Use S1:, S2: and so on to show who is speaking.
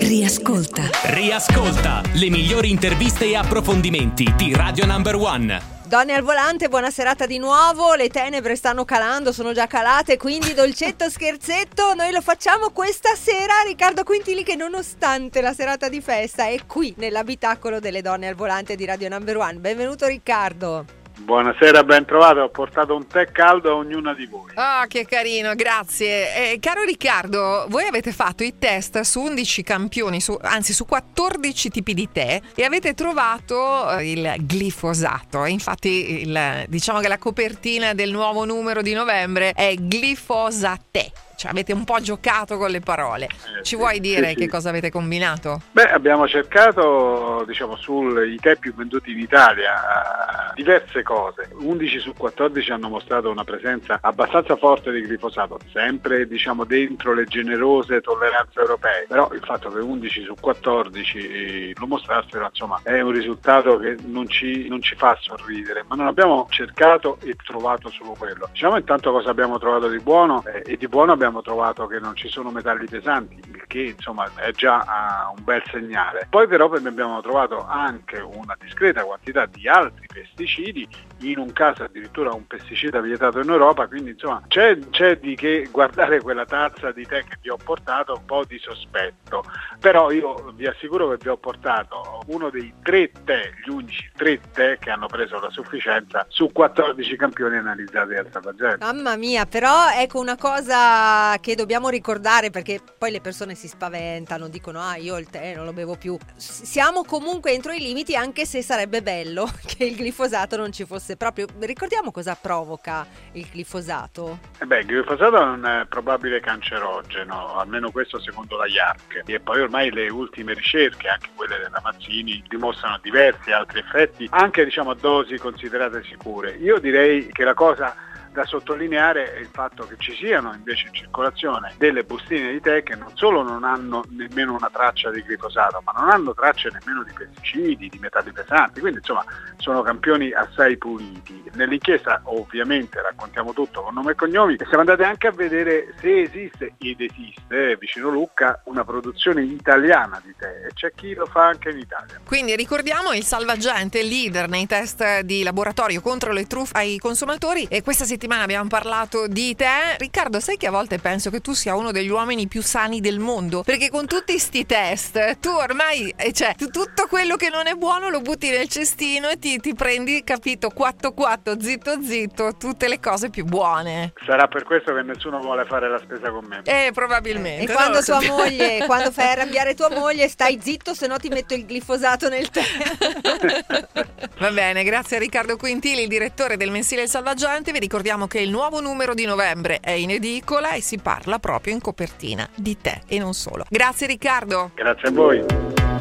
S1: Riascolta le migliori interviste e approfondimenti di Radio Number One.
S2: Donne al volante, buona serata di nuovo. Le tenebre stanno calando, sono già calate, quindi dolcetto scherzetto noi lo facciamo questa sera. Riccardo Quintili, che nonostante la serata di festa è qui nell'abitacolo delle Donne al volante di Radio Number One. Benvenuto Riccardo.
S3: Buonasera, ben trovato. Ho portato un tè caldo a ognuna di voi.
S4: Oh, che carino, grazie. Caro Riccardo, voi avete fatto i test su 11 campioni, su 14 tipi di tè, e avete trovato il glifosato. Infatti, diciamo che la copertina del nuovo numero di novembre è glifosate. Cioè, avete un po' giocato con le parole. Ci vuoi dire che cosa avete combinato?
S3: Beh, abbiamo cercato, sui tè più venduti in Italia, diverse cose. 11 su 14 hanno mostrato una presenza abbastanza forte di glifosato, sempre dentro le generose tolleranze europee. Però il fatto che 11 su 14 lo mostrassero, è un risultato che non ci fa sorridere. Ma non abbiamo cercato e trovato solo quello. Diciamo intanto cosa abbiamo trovato di buono, e di buono abbiamo trovato che non ci sono metalli pesanti, il che è già un bel segnale. Poi però abbiamo trovato anche una discreta quantità di altri pesticidi, in un caso addirittura un pesticida vietato in Europa, quindi c'è di che guardare quella tazza di tè che vi ho portato un po' di sospetto. Però io vi assicuro che vi ho portato uno dei 3 tè, gli unici 3 tè che hanno preso la sufficienza su 14 campioni analizzati al salvagente.
S2: Mamma mia, però ecco una cosa che dobbiamo ricordare, perché poi le persone si spaventano, dicono io il tè non lo bevo più. Siamo comunque entro i limiti, anche se sarebbe bello che il glifosato non ci fosse proprio. Ricordiamo cosa provoca il glifosato?
S3: Il glifosato è un probabile cancerogeno, almeno questo secondo la IARC, e poi ormai le ultime ricerche, anche quelle della Mazzini, dimostrano diversi altri effetti, anche a dosi considerate sicure. Io direi che la cosa da sottolineare è il fatto che ci siano invece in circolazione delle bustine di tè che non solo non hanno nemmeno una traccia di glifosato, ma non hanno tracce nemmeno di pesticidi, di metalli pesanti, quindi sono campioni assai puliti. Nell'inchiesta ovviamente raccontiamo tutto con nome e cognomi, e siamo andati anche a vedere se esiste, ed esiste vicino Lucca, una produzione italiana di tè, e c'è chi lo fa anche in Italia.
S4: Quindi ricordiamo il salvagente leader nei test di laboratorio contro le truffe ai consumatori, e questa settimana abbiamo parlato di te. Riccardo, sai che a volte penso che tu sia uno degli uomini più sani del mondo, perché con tutti sti test tu ormai, tutto quello che non è buono lo butti nel cestino e ti prendi, capito, quatto zitto, tutte le cose più buone.
S3: Sarà per questo che nessuno vuole fare la spesa con me.
S4: Probabilmente.
S2: E quando quando fai arrabbiare tua moglie, stai zitto, se no ti metto il glifosato nel tè.
S4: Va bene, grazie a Riccardo Quintili, il direttore del mensile Il Salvagente. Vi ricordiamo che il nuovo numero di novembre è in edicola e si parla proprio in copertina di tè, e non solo. Grazie Riccardo.
S3: Grazie a voi.